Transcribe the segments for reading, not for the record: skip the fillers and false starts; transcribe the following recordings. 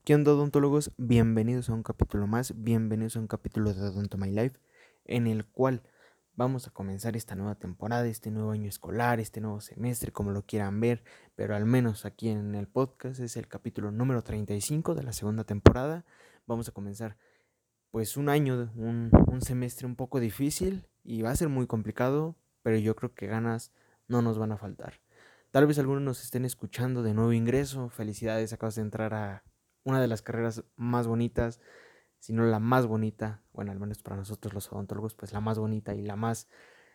¿Qué onda, odontólogos? Bienvenidos a un capítulo más, bienvenidos a un capítulo de Odonto My Life, en el cual vamos a comenzar esta nueva temporada, este nuevo año escolar, este nuevo semestre, como lo quieran ver, pero al menos aquí en el podcast es el capítulo número 35 de la segunda temporada. Vamos a comenzar pues un año, un semestre un poco difícil y va a ser muy complicado, pero yo creo que ganas no nos van a faltar. Tal vez algunos nos estén escuchando de nuevo ingreso. Felicidades, acabas de entrar a una de las carreras más bonitas, si no la más bonita, bueno, al menos para nosotros los odontólogos, pues la más bonita y la más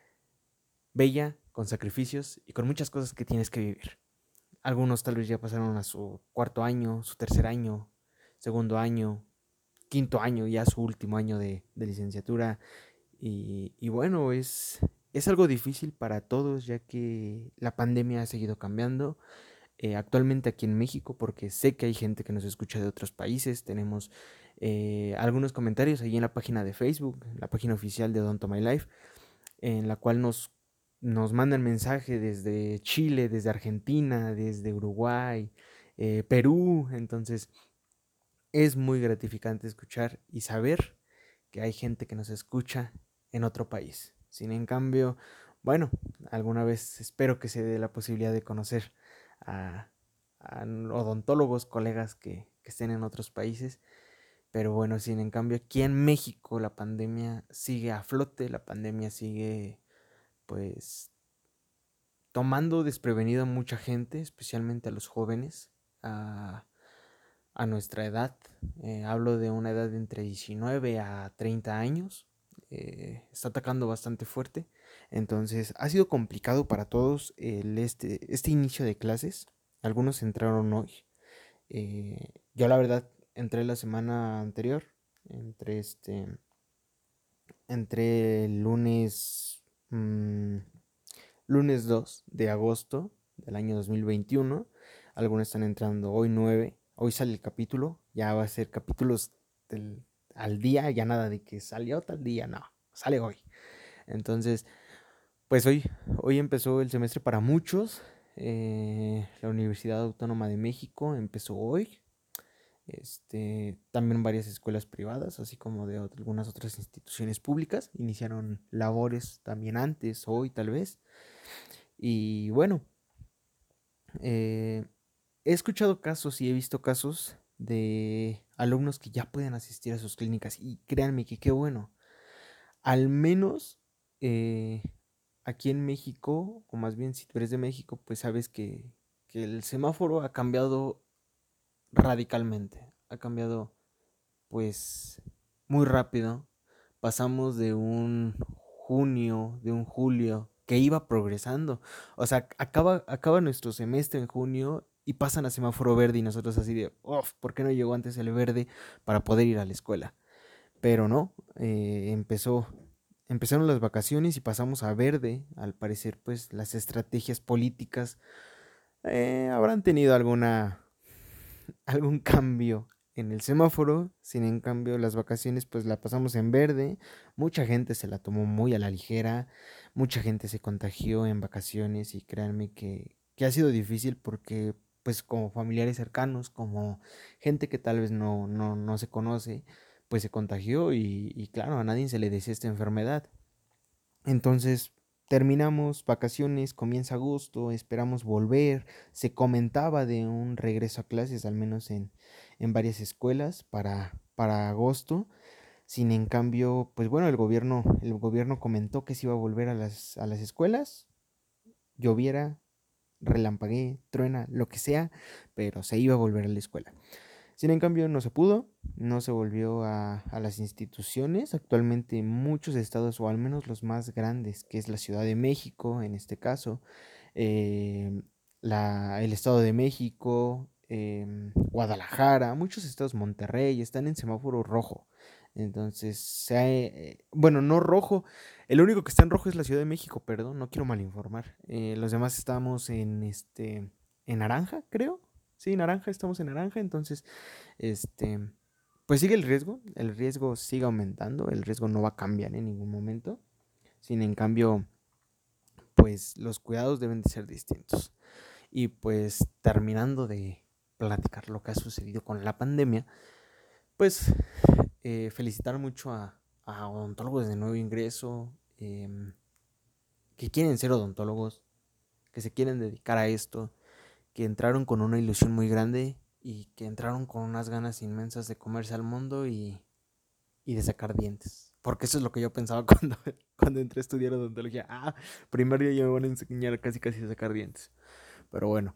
bella, con sacrificios y con muchas cosas que tienes que vivir. Algunos tal vez ya pasaron a su cuarto año, su tercer año, segundo año, quinto año, ya su último año de licenciatura. Y bueno, es algo difícil para todos ya que la pandemia ha seguido cambiando. Actualmente aquí en México, porque sé que hay gente que nos escucha de otros países. Tenemos algunos comentarios ahí en la página de Facebook, la página oficial de Odonto My Life, en la cual nos mandan mensaje desde Chile, desde Argentina, desde Uruguay, Perú. Entonces es muy gratificante escuchar y saber que hay gente que nos escucha en otro país. Sin en cambio, bueno, alguna vez espero que se dé la posibilidad de conocer a, a odontólogos, colegas que estén en otros países. Pero bueno, sin en cambio, aquí en México la pandemia sigue a flote, la pandemia sigue pues tomando desprevenido a mucha gente, especialmente a los jóvenes, a, a nuestra edad. Hablo de una edad de entre 19 a 30 años. Está atacando bastante fuerte. Entonces ha sido complicado para todos este inicio de clases. Algunos entraron hoy. Yo la verdad entré la semana anterior. Entré entré el lunes 2 de agosto del año 2021. Algunos están entrando hoy 9. Hoy sale el capítulo. Ya va a ser capítulos al día. Ya nada de que salió tal día. No, sale hoy. Entonces, pues hoy empezó el semestre para muchos. La Universidad Autónoma de México empezó hoy. También varias escuelas privadas, así como de algunas otras instituciones públicas, iniciaron labores también antes, hoy tal vez. Y bueno, eh, he escuchado casos y he visto casos de alumnos que ya pueden asistir a sus clínicas y créanme que qué bueno. Al menos eh, aquí en México, o más bien si tú eres de México, pues sabes que el semáforo ha cambiado radicalmente. Ha cambiado pues muy rápido. Pasamos de un junio, de un julio que iba progresando. O sea, acaba nuestro semestre en junio y pasan a semáforo verde y nosotros así de, uff, ¿por qué no llegó antes el verde para poder ir a la escuela? Pero no, empezaron las vacaciones y pasamos a verde. Al parecer, pues las estrategias políticas habrán tenido algún cambio en el semáforo. Sin en cambio, las vacaciones pues la pasamos en verde. Mucha gente se la tomó muy a la ligera. Mucha gente se contagió en vacaciones y créanme que ha sido difícil porque pues como familiares cercanos, como gente que tal vez no se conoce, pues se contagió y claro, a nadie se le desea esta enfermedad. Entonces, terminamos vacaciones, comienza agosto, esperamos volver. Se comentaba de un regreso a clases, al menos en varias escuelas, para agosto. Sin en cambio, pues bueno, el gobierno comentó que se iba a volver a las escuelas, lloviera, relampaguee, truena, lo que sea, pero se iba a volver a la escuela. Sin en cambio, no se pudo, no se volvió a las instituciones. Actualmente muchos estados, o al menos los más grandes, que es la Ciudad de México, en este caso, eh, el Estado de México, Guadalajara, muchos estados, Monterrey, están en semáforo rojo. Entonces, bueno, no rojo, el único que está en rojo es la Ciudad de México, perdón, no quiero malinformar. Los demás estamos en naranja, creo. Sí, naranja, estamos en naranja, entonces este, pues sigue el riesgo sigue aumentando, el riesgo no va a cambiar en ningún momento. Sin en cambio, pues los cuidados deben de ser distintos. Y pues terminando de platicar lo que ha sucedido con la pandemia, pues felicitar mucho a odontólogos de nuevo ingreso, que quieren ser odontólogos, que se quieren dedicar a esto, que entraron con una ilusión muy grande y que entraron con unas ganas inmensas de comerse al mundo y de sacar dientes. Porque eso es lo que yo pensaba cuando entré a estudiar odontología. Primer día ya me van a enseñar casi a sacar dientes. Pero bueno,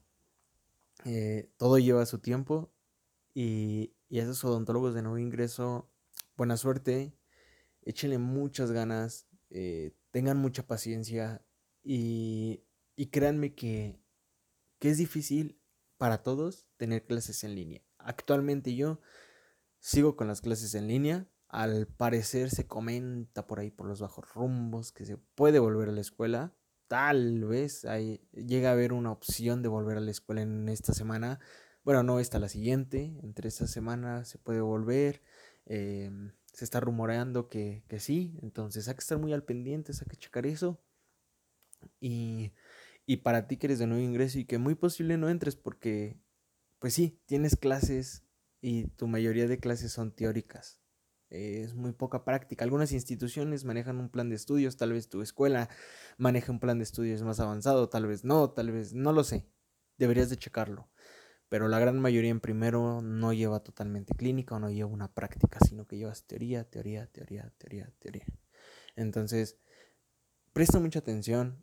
todo lleva su tiempo y a esos odontólogos de nuevo ingreso, buena suerte, échenle muchas ganas, tengan mucha paciencia y, y créanme que es difícil para todos tener clases en línea. Actualmente yo sigo con las clases en línea. Al parecer se comenta por ahí por los bajos rumbos que se puede volver a la escuela. Tal vez llega a haber una opción de volver a la escuela en esta semana. Bueno, no esta, la siguiente. Entre esta semana se puede volver. Se está rumoreando que sí. Entonces hay que estar muy al pendiente, hay que checar eso. Y, y para ti que eres de nuevo ingreso y que muy posible no entres porque, pues sí, tienes clases y tu mayoría de clases son teóricas. Es muy poca práctica. Algunas instituciones manejan un plan de estudios, tal vez tu escuela maneja un plan de estudios más avanzado, tal vez no lo sé. Deberías de checarlo. Pero la gran mayoría en primero no lleva totalmente clínica o no lleva una práctica, sino que llevas teoría. Entonces, presta mucha atención.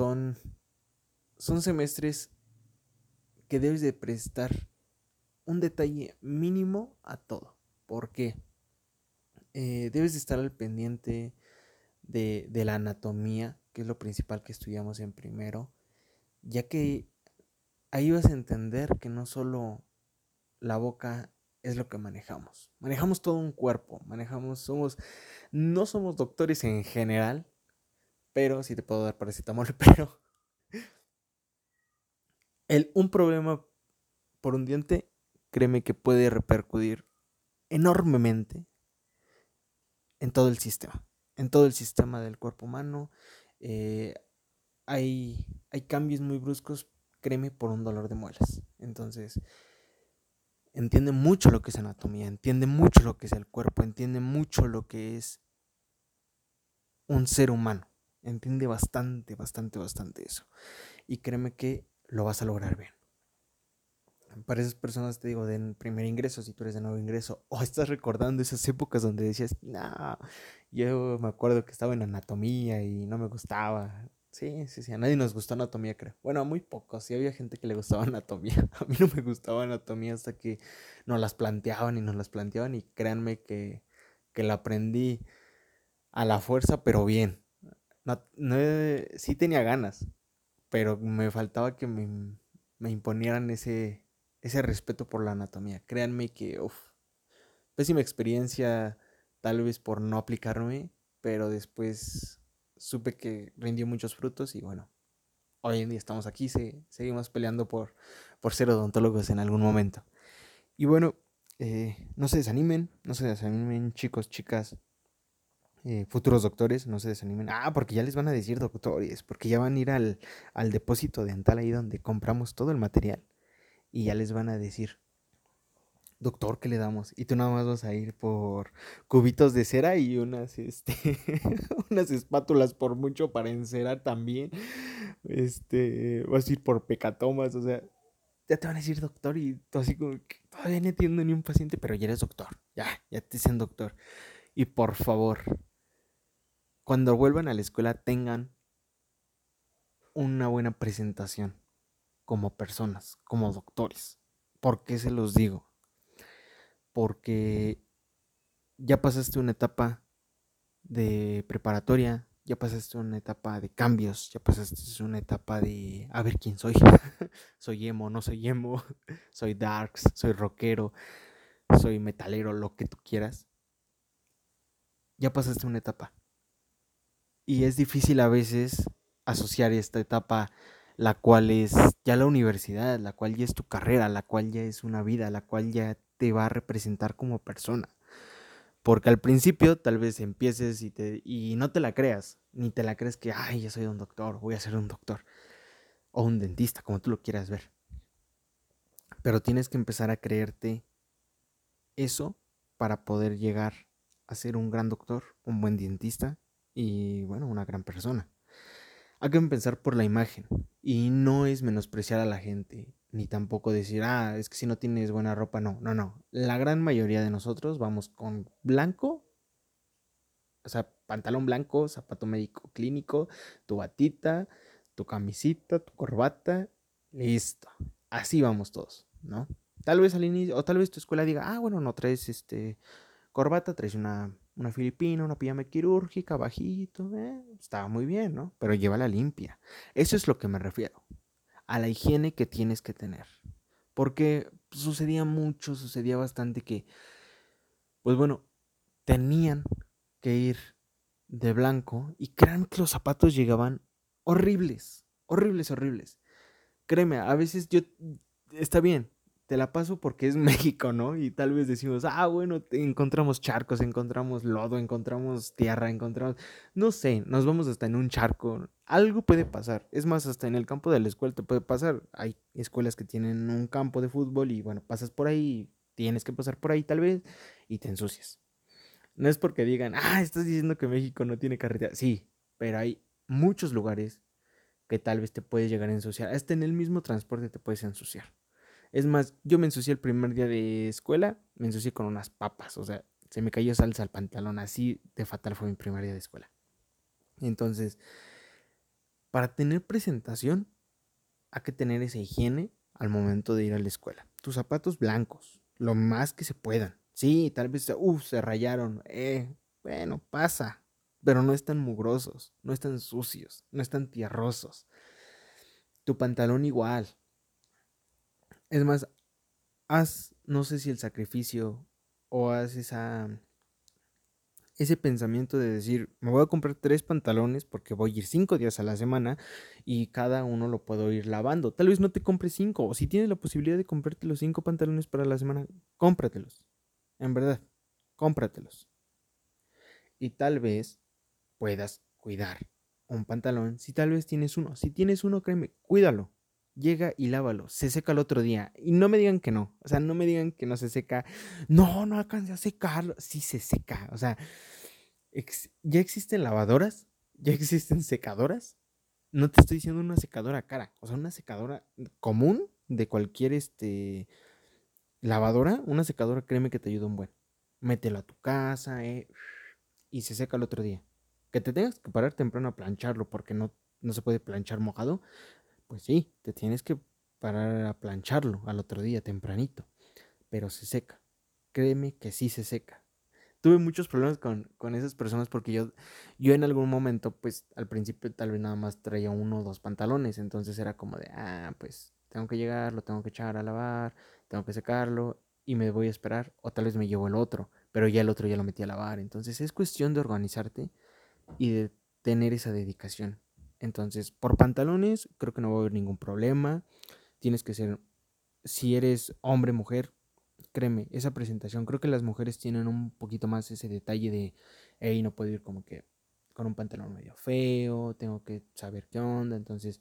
Son semestres que debes de prestar un detalle mínimo a todo. ¿Por qué? Debes de estar al pendiente de la anatomía, que es lo principal que estudiamos en primero, ya que ahí vas a entender que no solo la boca es lo que manejamos todo un cuerpo, no somos doctores en general, pero sí te puedo dar paracetamol, pero un problema por un diente, créeme que puede repercutir enormemente en todo el sistema del cuerpo humano. Eh, hay cambios muy bruscos, créeme, por un dolor de muelas. Entonces, entiende mucho lo que es anatomía, entiende mucho lo que es el cuerpo, entiende mucho lo que es un ser humano. Entiende bastante eso. Y créeme que lo vas a lograr bien. Para esas personas, te digo, de primer ingreso, si tú eres de nuevo ingreso, o estás recordando esas épocas donde decías, no, yo me acuerdo que estaba en anatomía y no me gustaba. Sí, a nadie nos gustó anatomía, creo. Bueno, a muy pocos, sí había gente que le gustaba anatomía. A mí no me gustaba anatomía hasta que nos las planteaban y créanme que la aprendí a la fuerza, pero bien. Sí tenía ganas, pero me faltaba que me imponieran ese respeto por la anatomía. Créanme que, pésima experiencia, tal vez por no aplicarme, pero después supe que rindió muchos frutos y bueno, hoy en día estamos aquí, seguimos peleando por ser odontólogos en algún momento. Y bueno, no se desanimen chicos, chicas, futuros doctores, no se desanimen. Porque ya les van a decir doctores, porque ya van a ir al depósito dental ahí donde compramos todo el material y ya les van a decir, doctor, ¿qué le damos? Y tú nada más vas a ir por cubitos de cera y unas espátulas por mucho para encerar también. Vas a ir por pecatomas, o sea, ya te van a decir doctor y tú así como que todavía no entiendo ni un paciente, pero ya eres doctor, ya te dicen doctor. Y por favor, cuando vuelvan a la escuela tengan una buena presentación como personas, como doctores. ¿Por qué se los digo? Porque ya pasaste una etapa de preparatoria, ya pasaste una etapa de cambios, ya pasaste una etapa de a ver quién soy. Soy emo, no soy emo, soy darks, soy rockero, soy metalero, lo que tú quieras. Ya pasaste una etapa. Y es difícil a veces asociar esta etapa, la cual es ya la universidad, la cual ya es tu carrera, la cual ya es una vida, la cual ya te va a representar como persona. Porque al principio tal vez empieces y no te la creas, ni te la crees que, ay, ya soy un doctor, voy a ser un doctor, o un dentista, como tú lo quieras ver. Pero tienes que empezar a creerte eso para poder llegar a ser un gran doctor, un buen dentista y, bueno, una gran persona. Hay que empezar por la imagen y no es menospreciar a la gente, ni tampoco decir, es que si no tienes buena ropa, no, no, no. La gran mayoría de nosotros vamos con blanco, o sea, pantalón blanco, zapato médico clínico, tu batita, tu camisita, tu corbata, listo. Así vamos todos, ¿no? Tal vez al inicio, o tal vez tu escuela diga, bueno, no traes corbata, traes una filipina, una pijama quirúrgica, bajito, estaba muy bien, ¿no? Pero llévala limpia. Eso es lo que me refiero, a la higiene que tienes que tener. Porque sucedía bastante que, pues bueno, tenían que ir de blanco y créanme que los zapatos llegaban horribles, horribles, horribles. Créeme, a veces está bien, te la paso porque es México, ¿no? Y tal vez decimos, bueno, encontramos charcos, encontramos lodo, encontramos tierra, no sé, nos vamos hasta en un charco, algo puede pasar. Es más, hasta en el campo de la escuela te puede pasar. Hay escuelas que tienen un campo de fútbol y bueno, pasas por ahí, tienes que pasar por ahí tal vez y te ensucias. No es porque digan, estás diciendo que México no tiene carretera. Sí, pero hay muchos lugares que tal vez te puedes llegar a ensuciar. Hasta en el mismo transporte te puedes ensuciar. Es más, yo me ensucié el primer día de escuela, me ensucié con unas papas, o sea, se me cayó salsa al pantalón, así de fatal fue mi primer día de escuela. Entonces, para tener presentación, hay que tener esa higiene al momento de ir a la escuela. Tus zapatos blancos, lo más que se puedan. Sí, tal vez, se rayaron, bueno, pasa, pero no están mugrosos, no están sucios, no están tierrosos. Tu pantalón igual. Es más, haz, no sé si el sacrificio o haz ese pensamiento de decir, me voy a comprar 3 pantalones porque voy a ir 5 días a la semana y cada uno lo puedo ir lavando. Tal vez no te compres 5, o si tienes la posibilidad de comprarte los 5 pantalones para la semana, cómpratelos. En verdad, cómpratelos. Y tal vez puedas cuidar un pantalón si tal vez tienes uno. Si tienes uno, créeme, cuídalo. Llega y lávalo. Se seca el otro día. Y no me digan que no. O sea, no me digan que no se seca. No, no alcancé a secarlo. Sí se seca. O sea, ya existen lavadoras. Ya existen secadoras. No te estoy diciendo una secadora cara. O sea, una secadora común de cualquier lavadora. Una secadora, créeme que te ayuda un buen. Mételo a tu casa, y se seca el otro día. Que te tengas que parar temprano a plancharlo porque no se puede planchar mojado, pues sí, te tienes que parar a plancharlo al otro día tempranito, pero se seca. Créeme que sí se seca. Tuve muchos problemas con esas personas porque yo en algún momento, pues al principio tal vez nada más traía 1 o 2 pantalones, entonces era como de, pues tengo que llegar, lo tengo que echar a lavar, tengo que secarlo y me voy a esperar, o tal vez me llevo el otro, pero ya el otro ya lo metí a lavar, entonces es cuestión de organizarte y de tener esa dedicación. Entonces, por pantalones, creo que no va a haber ningún problema. Tienes que ser, si eres hombre, mujer, créeme, esa presentación, creo que las mujeres tienen un poquito más ese detalle de, hey, no puedo ir como que con un pantalón medio feo, tengo que saber qué onda. Entonces,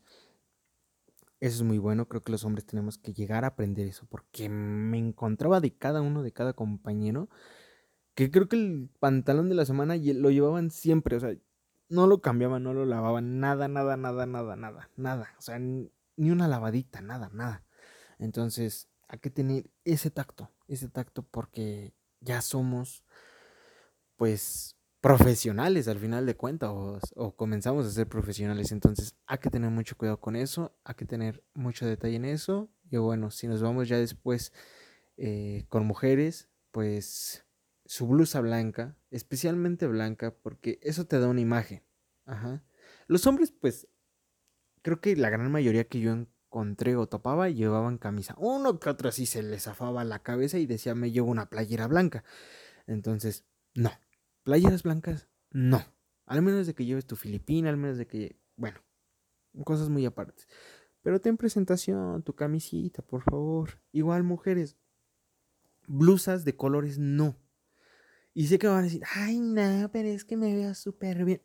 eso es muy bueno. Creo que los hombres tenemos que llegar a aprender eso, porque me encontraba de cada uno, de cada compañero, que creo que el pantalón de la semana lo llevaban siempre, o sea, no lo cambiaban, no lo lavaban, nada, nada, nada, nada, nada, nada, o sea, ni una lavadita, nada, nada. Entonces, hay que tener ese tacto porque ya somos, pues, profesionales al final de cuentas, o comenzamos a ser profesionales, entonces hay que tener mucho cuidado con eso, hay que tener mucho detalle en eso, y bueno, si nos vamos ya después con mujeres, pues su blusa blanca, especialmente blanca, porque eso te da una imagen. Ajá. Los hombres, pues, creo que la gran mayoría que yo encontré o topaba llevaban camisa. Uno que otro así se les zafaba la cabeza y decía, me llevo una playera blanca. Entonces, no. Playeras blancas, no. Al menos de que lleves tu filipina, al menos de que, bueno, cosas muy aparte. Pero ten presentación, tu camisita, por favor. Igual mujeres, blusas de colores, no. Y sé que van a decir, ay, no, pero es que me veo súper bien.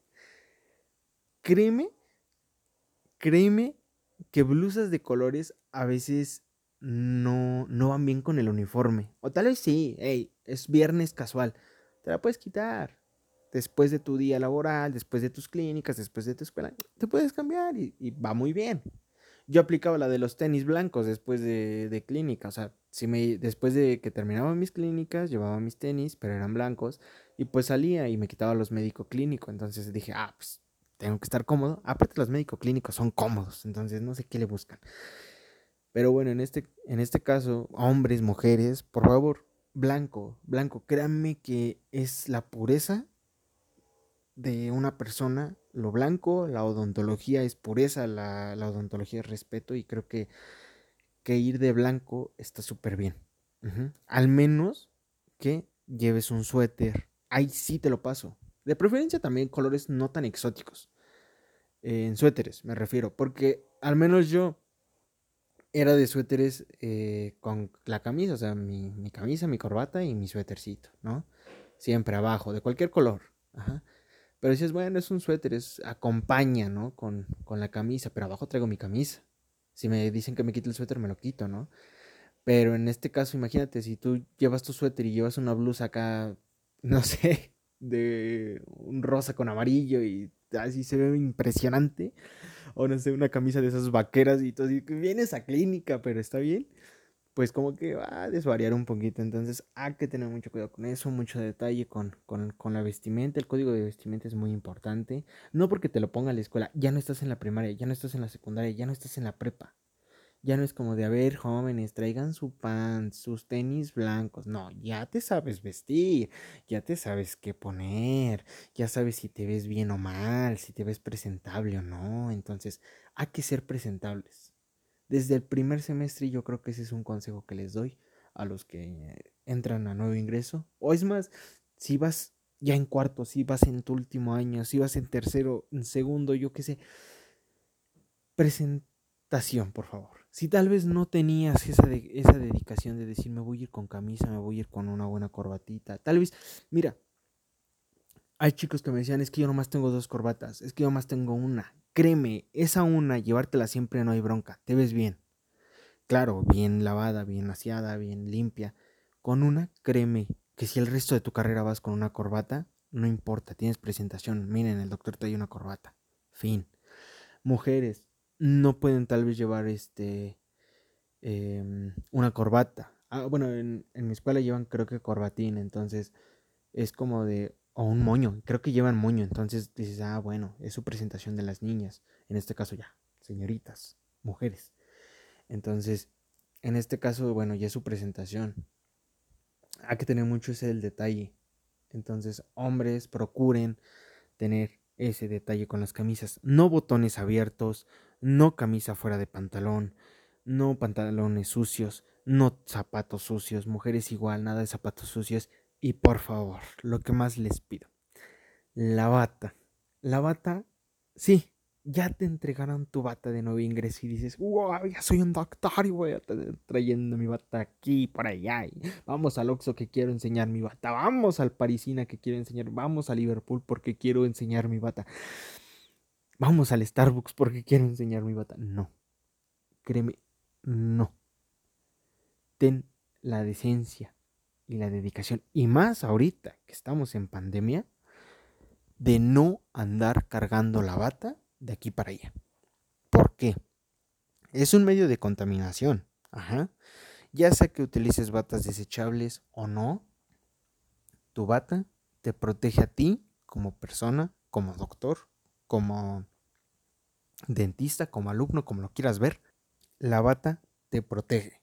Créeme, créeme que blusas de colores a veces no van bien con el uniforme. O tal vez sí, hey, es viernes casual, te la puedes quitar. Después de tu día laboral, después de tus clínicas, después de tu escuela, te puedes cambiar y va muy bien. Yo aplicaba la de los tenis blancos después de clínica. O sea, después de que terminaba mis clínicas, llevaba mis tenis, pero eran blancos. Y pues salía y me quitaba los médico clínicos. Entonces dije, pues tengo que estar cómodo. Aparte, los médico clínicos son cómodos. Entonces no sé qué le buscan. Pero bueno, en este caso, hombres, mujeres, por favor, blanco, blanco. Créanme que es la pureza de una persona. Lo blanco, la odontología es pureza, la odontología es respeto. Y creo que ir de blanco está súper bien. Al menos que lleves un suéter. Ahí sí te lo paso. De preferencia también colores no tan exóticos. En suéteres me refiero. Porque al menos yo era de suéteres con la camisa. O sea, mi camisa, mi corbata y mi suétercito, ¿no? Siempre abajo, de cualquier color. Ajá. Pero dices, bueno, es un suéter, acompaña, ¿no? Con la camisa, pero abajo traigo mi camisa. Si me dicen que me quite el suéter, me lo quito, ¿no? Pero en este caso, imagínate, si tú llevas tu suéter y llevas una blusa acá, no sé, de un rosa con amarillo y así se ve impresionante, o no sé, una camisa de esas vaqueras y todo así, que vienes a clínica, pero está bien, pues como que va a desvariar un poquito. Entonces hay que tener mucho cuidado con eso, mucho detalle con la vestimenta. El código de vestimenta es muy importante. No porque te lo ponga la escuela, ya no estás en la primaria, ya no estás en la secundaria, ya no estás en la prepa. Ya no es como de, a ver, jóvenes, traigan su pan, sus tenis blancos. No, ya te sabes vestir, ya te sabes qué poner, ya sabes si te ves bien o mal, si te ves presentable o no. Entonces, hay que ser presentables. Desde el primer semestre yo creo que ese es un consejo que les doy a los que entran a nuevo ingreso. O es más, si vas ya en cuarto, si vas en tu último año, si vas en tercero, en segundo, yo qué sé, presentación, por favor. Si tal vez no tenías esa dedicación de decir, me voy a ir con camisa, me voy a ir con una buena corbatita. Tal vez, mira, hay chicos que me decían, es que yo nomás tengo dos corbatas, es que yo nomás tengo una. Créeme, esa una, llevártela siempre no hay bronca, te ves bien. Claro, bien lavada, bien aseada, bien limpia. Con una, créeme, que si el resto de tu carrera vas con una corbata, no importa, tienes presentación. Miren, el doctor trae una corbata. Fin. Mujeres no pueden tal vez llevar una corbata. Bueno, en mi escuela llevan creo que corbatín, entonces es como de, o un moño, creo que llevan moño, entonces dices, bueno, es su presentación de las niñas, en este caso ya, señoritas, mujeres. Entonces, en este caso, bueno, ya es su presentación. Hay que tener mucho ese el detalle. Entonces, hombres, procuren tener ese detalle con las camisas. No botones abiertos, no camisa fuera de pantalón, no pantalones sucios, no zapatos sucios, mujeres igual, nada de zapatos sucios. Y por favor, lo que más les pido, la bata. La bata, sí, ya te entregaron tu bata de nuevo ingreso y dices, wow, ya soy un doctor y voy a trayendo mi bata aquí y por allá. Y vamos al Oxxo que quiero enseñar mi bata. Vamos al Parisina que quiero enseñar. Vamos a Liverpool porque quiero enseñar mi bata. Vamos al Starbucks porque quiero enseñar mi bata. No, créeme, no. Ten la decencia y la dedicación. Y más ahorita que estamos en pandemia, de no andar cargando la bata de aquí para allá. ¿Por qué? Es un medio de contaminación. Ajá. Ya sea que utilices batas desechables o no, tu bata te protege a ti como persona, como doctor, como dentista, como alumno, como lo quieras ver. La bata te protege.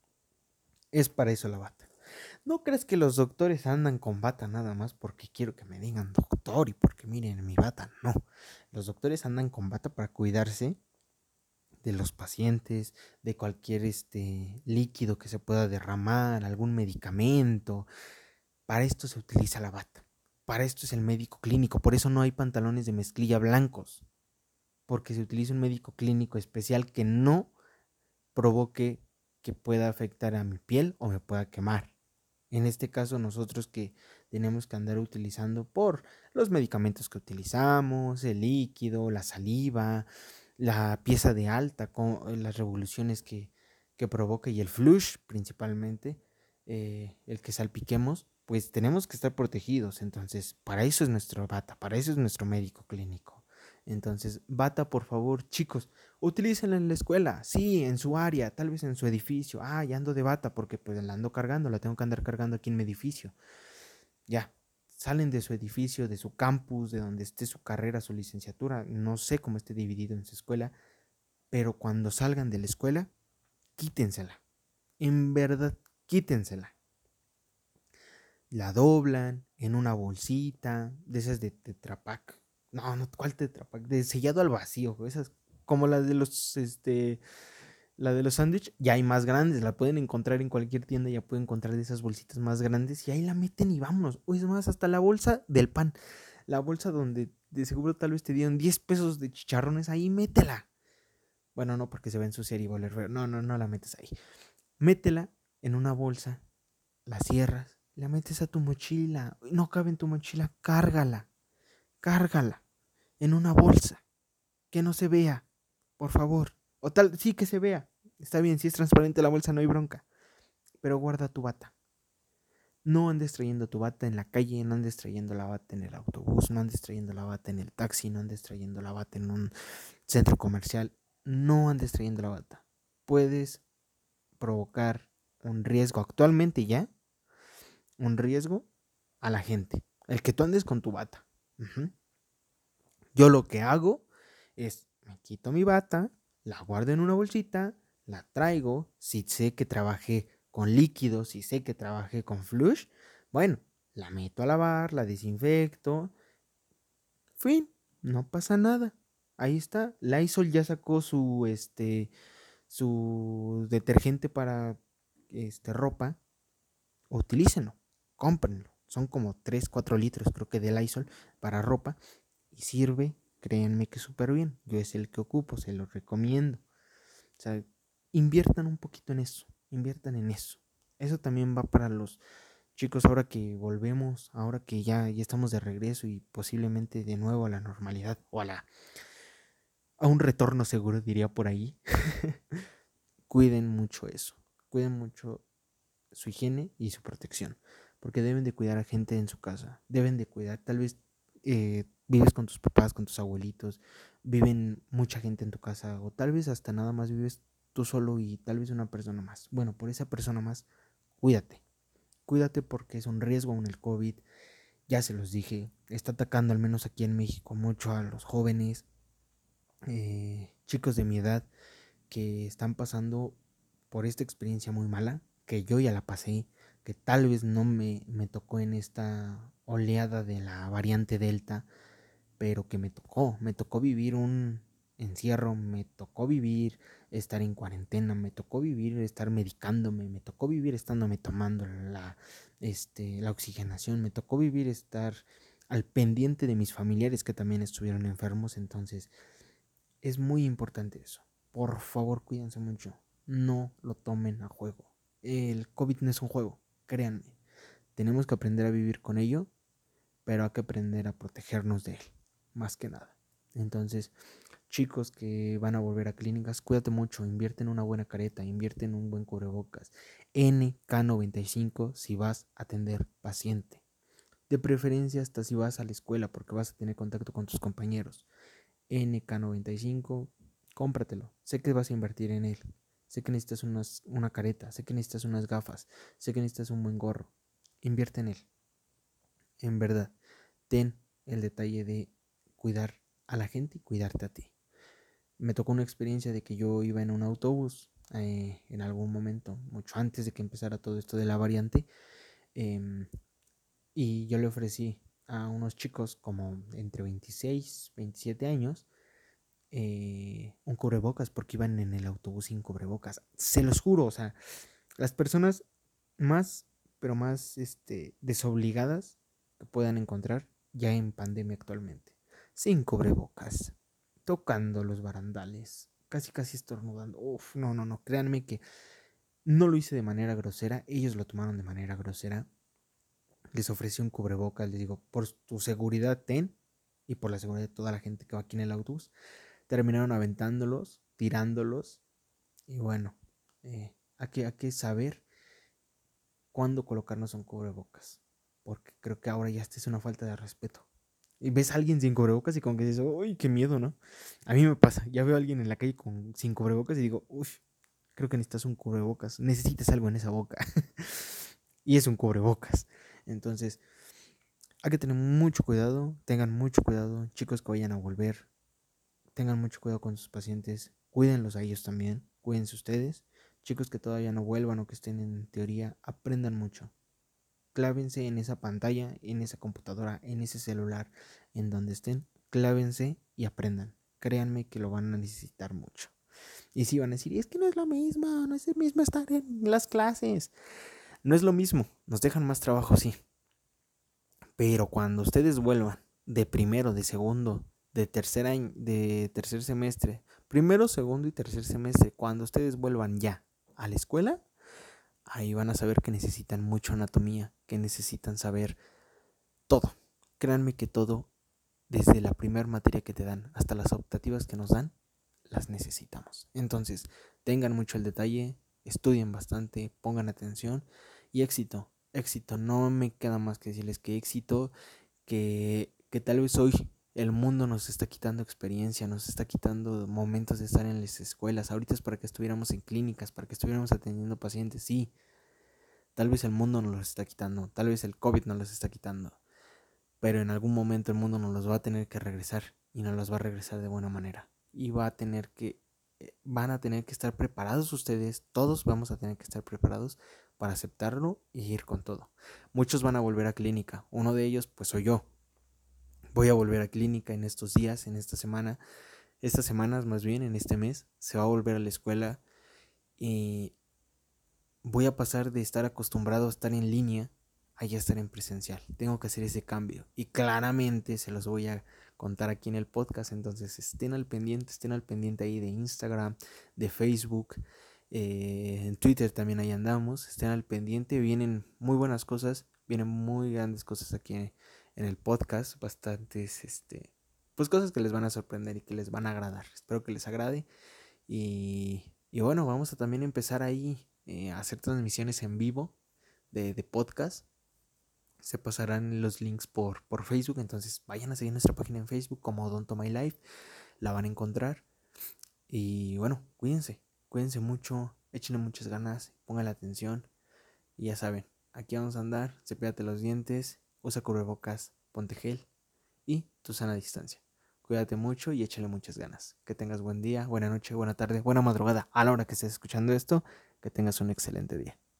Es para eso la bata. No crees que los doctores andan con bata nada más porque quiero que me digan doctor y porque miren mi bata. No. Los doctores andan con bata para cuidarse de los pacientes, de cualquier líquido que se pueda derramar, algún medicamento. Para esto se utiliza la bata. Para esto es el médico clínico. Por eso no hay pantalones de mezclilla blancos. Porque se utiliza un médico clínico especial que no provoque que pueda afectar a mi piel o me pueda quemar. En este caso nosotros que tenemos que andar utilizando por los medicamentos que utilizamos, el líquido, la saliva, la pieza de alta, con las revoluciones que que provoca y el flush principalmente, el que salpiquemos, pues tenemos que estar protegidos. Entonces, para eso es nuestro bata, para eso es nuestro médico clínico. Entonces, bata, por favor, chicos, utilícenla en la escuela, sí, en su área, tal vez en su edificio. Ah, ya ando de bata porque pues la ando cargando, la tengo que andar cargando aquí en mi edificio. Ya, salen de su edificio, de su campus, de donde esté su carrera, su licenciatura, no sé cómo esté dividido en su escuela, pero cuando salgan de la escuela, quítensela. En verdad, quítensela. La doblan en una bolsita, de esas de Tetra Pak. No, no, ¿cuál Tetra Pak? De sellado al vacío, esas como las de los, la de los sándwiches, ya hay más grandes, la pueden encontrar en cualquier tienda, ya pueden encontrar de esas bolsitas más grandes y ahí la meten y vámonos. O es más, hasta la bolsa del pan, la bolsa donde de seguro tal vez te dieron 10 pesos de chicharrones, ahí métela. Bueno, no, porque se va a ensuciar y va a oler feo. No, no, no la metes ahí. Métela en una bolsa, la cierras, la metes a tu mochila. No cabe en tu mochila, cárgala, cárgala en una bolsa, que no se vea, por favor. O tal, sí que se vea. Está bien, si es transparente la bolsa no hay bronca. Pero guarda tu bata. No andes trayendo tu bata en la calle, no andes trayendo la bata en el autobús, no andes trayendo la bata en el taxi, no andes trayendo la bata en un centro comercial. No andes trayendo la bata. Puedes provocar un riesgo actualmente ya, un riesgo a la gente. El que tú andes con tu bata. Uh-huh. Yo lo que hago es, me quito mi bata, la guardo en una bolsita, la traigo, si sé que trabajé con líquidos, si sé que trabajé con flush, bueno, la meto a lavar, la desinfecto, fin, no pasa nada. Ahí está, Lysol ya sacó su detergente para ropa, utilícenlo, cómprenlo. Son como 3 4 litros creo que de Lysol para ropa y sirve, créanme que súper bien. Yo es el que ocupo, se lo recomiendo. O sea, inviertan un poquito en eso, inviertan en eso. Eso también va para los chicos ahora que volvemos, ahora que ya estamos de regreso y posiblemente de nuevo a la normalidad o a un retorno seguro, diría por ahí. Cuiden mucho eso, cuiden mucho su higiene y su protección, porque deben de cuidar a gente en su casa, deben de cuidar, tal vez vives con tus papás, con tus abuelitos, viven mucha gente en tu casa, o tal vez hasta nada más vives tú solo y tal vez una persona más. Bueno, por esa persona más, cuídate, cuídate porque es un riesgo aún el COVID, ya se los dije, está atacando al menos aquí en México mucho a los jóvenes, chicos de mi edad que están pasando por esta experiencia muy mala, que yo ya la pasé, que tal vez no me tocó en esta oleada de la variante Delta, pero que me tocó vivir un encierro, me tocó vivir estar en cuarentena, me tocó vivir estar medicándome, me tocó vivir estándome tomando la oxigenación, me tocó vivir estar al pendiente de mis familiares que también estuvieron enfermos, entonces es muy importante eso. Por favor, cuídense mucho. No lo tomen a juego. El COVID no es un juego, créanme. Tenemos que aprender a vivir con ello, pero hay que aprender a protegernos de él, más que nada. Entonces, chicos que van a volver a clínicas, cuídate mucho, invierte en una buena careta, invierte en un buen cubrebocas. NK95 si vas a atender paciente. De preferencia hasta si vas a la escuela porque vas a tener contacto con tus compañeros. NK95, cómpratelo. Sé que vas a invertir en él. Sé que necesitas una careta, sé que necesitas unas gafas, sé que necesitas un buen gorro. Invierte en él. En verdad, ten el detalle de cuidar a la gente y cuidarte a ti. Me tocó una experiencia de que yo iba en un autobús en algún momento, mucho antes de que empezara todo esto de la variante, eh, y yo le ofrecí a unos chicos como entre 26, 27 años un cubrebocas porque iban en el autobús sin cubrebocas. Se los juro, o sea, las personas más, pero más desobligadas que puedan encontrar ya en pandemia actualmente. Sin cubrebocas, tocando los barandales, casi casi estornudando. Uf, no, no, no, créanme que no lo hice de manera grosera, ellos lo tomaron de manera grosera. Les ofrecí un cubrebocas, les digo, por tu seguridad ten y por la seguridad de toda la gente que va aquí en el autobús. Terminaron aventándolos, tirándolos y bueno, Hay que saber cuándo colocarnos un cubrebocas. Porque creo que ahora ya esta es una falta de respeto. Y ves a alguien sin cubrebocas y como que dices, uy, qué miedo, ¿no? A mí me pasa, ya veo a alguien en la calle sin cubrebocas y digo, uy, creo que necesitas un cubrebocas, necesitas algo en esa boca. Y es un cubrebocas. Entonces, hay que tener mucho cuidado, tengan mucho cuidado, chicos que vayan a volver, tengan mucho cuidado con sus pacientes, cuídenlos a ellos también, cuídense ustedes. Chicos que todavía no vuelvan o que estén en teoría, aprendan mucho. Clávense en esa pantalla, en esa computadora, en ese celular, en donde estén, clávense y aprendan. Créanme que lo van a necesitar mucho. Y si van a decir, es que no es lo mismo, no es el mismo estar en las clases. No es lo mismo, nos dejan más trabajo, sí. Pero cuando ustedes vuelvan de primero, de segundo, de tercer año, de tercer semestre, primero, segundo y tercer semestre, cuando ustedes vuelvan ya a la escuela, ahí van a saber que necesitan mucho anatomía, que necesitan saber todo. Créanme que todo, desde la primera materia que te dan hasta las optativas que nos dan, las necesitamos. Entonces, tengan mucho el detalle, estudien bastante, pongan atención y éxito, éxito. No me queda más que decirles que éxito, que tal vez hoy el mundo nos está quitando experiencia, nos está quitando momentos de estar en las escuelas. Ahorita es para que estuviéramos en clínicas, para que estuviéramos atendiendo pacientes, sí. Tal vez el mundo nos los está quitando, tal vez el COVID nos los está quitando, pero en algún momento el mundo nos los va a tener que regresar y nos los va a regresar de buena manera. Y van a tener que estar preparados ustedes, todos vamos a tener que estar preparados para aceptarlo y ir con todo. Muchos van a volver a clínica, uno de ellos pues soy yo. Voy a volver a clínica en estos días, en esta semana, estas semanas más bien, en este mes, se va a volver a la escuela y voy a pasar de estar acostumbrado a estar en línea a ya estar en presencial. Tengo que hacer ese cambio y claramente se los voy a contar aquí en el podcast. Entonces estén al pendiente ahí de Instagram, de Facebook, en Twitter también ahí andamos. Estén al pendiente, vienen muy buenas cosas, vienen muy grandes cosas aquí en el podcast, bastantes, pues cosas que les van a sorprender y que les van a agradar. Espero que les agrade y bueno, vamos a también empezar ahí a hacer transmisiones en vivo de podcast. Se pasarán los links por Facebook, entonces vayan a seguir nuestra página en Facebook como Don't My Life, la van a encontrar. Y bueno, cuídense mucho, échenle muchas ganas, pongan la atención y ya saben, aquí vamos a andar, cepíllate los dientes, usa cubrebocas, ponte gel y tu sana distancia. Cuídate mucho y échale muchas ganas. Que tengas buen día, buena noche, buena tarde, buena madrugada. A la hora que estés escuchando esto, que tengas un excelente día.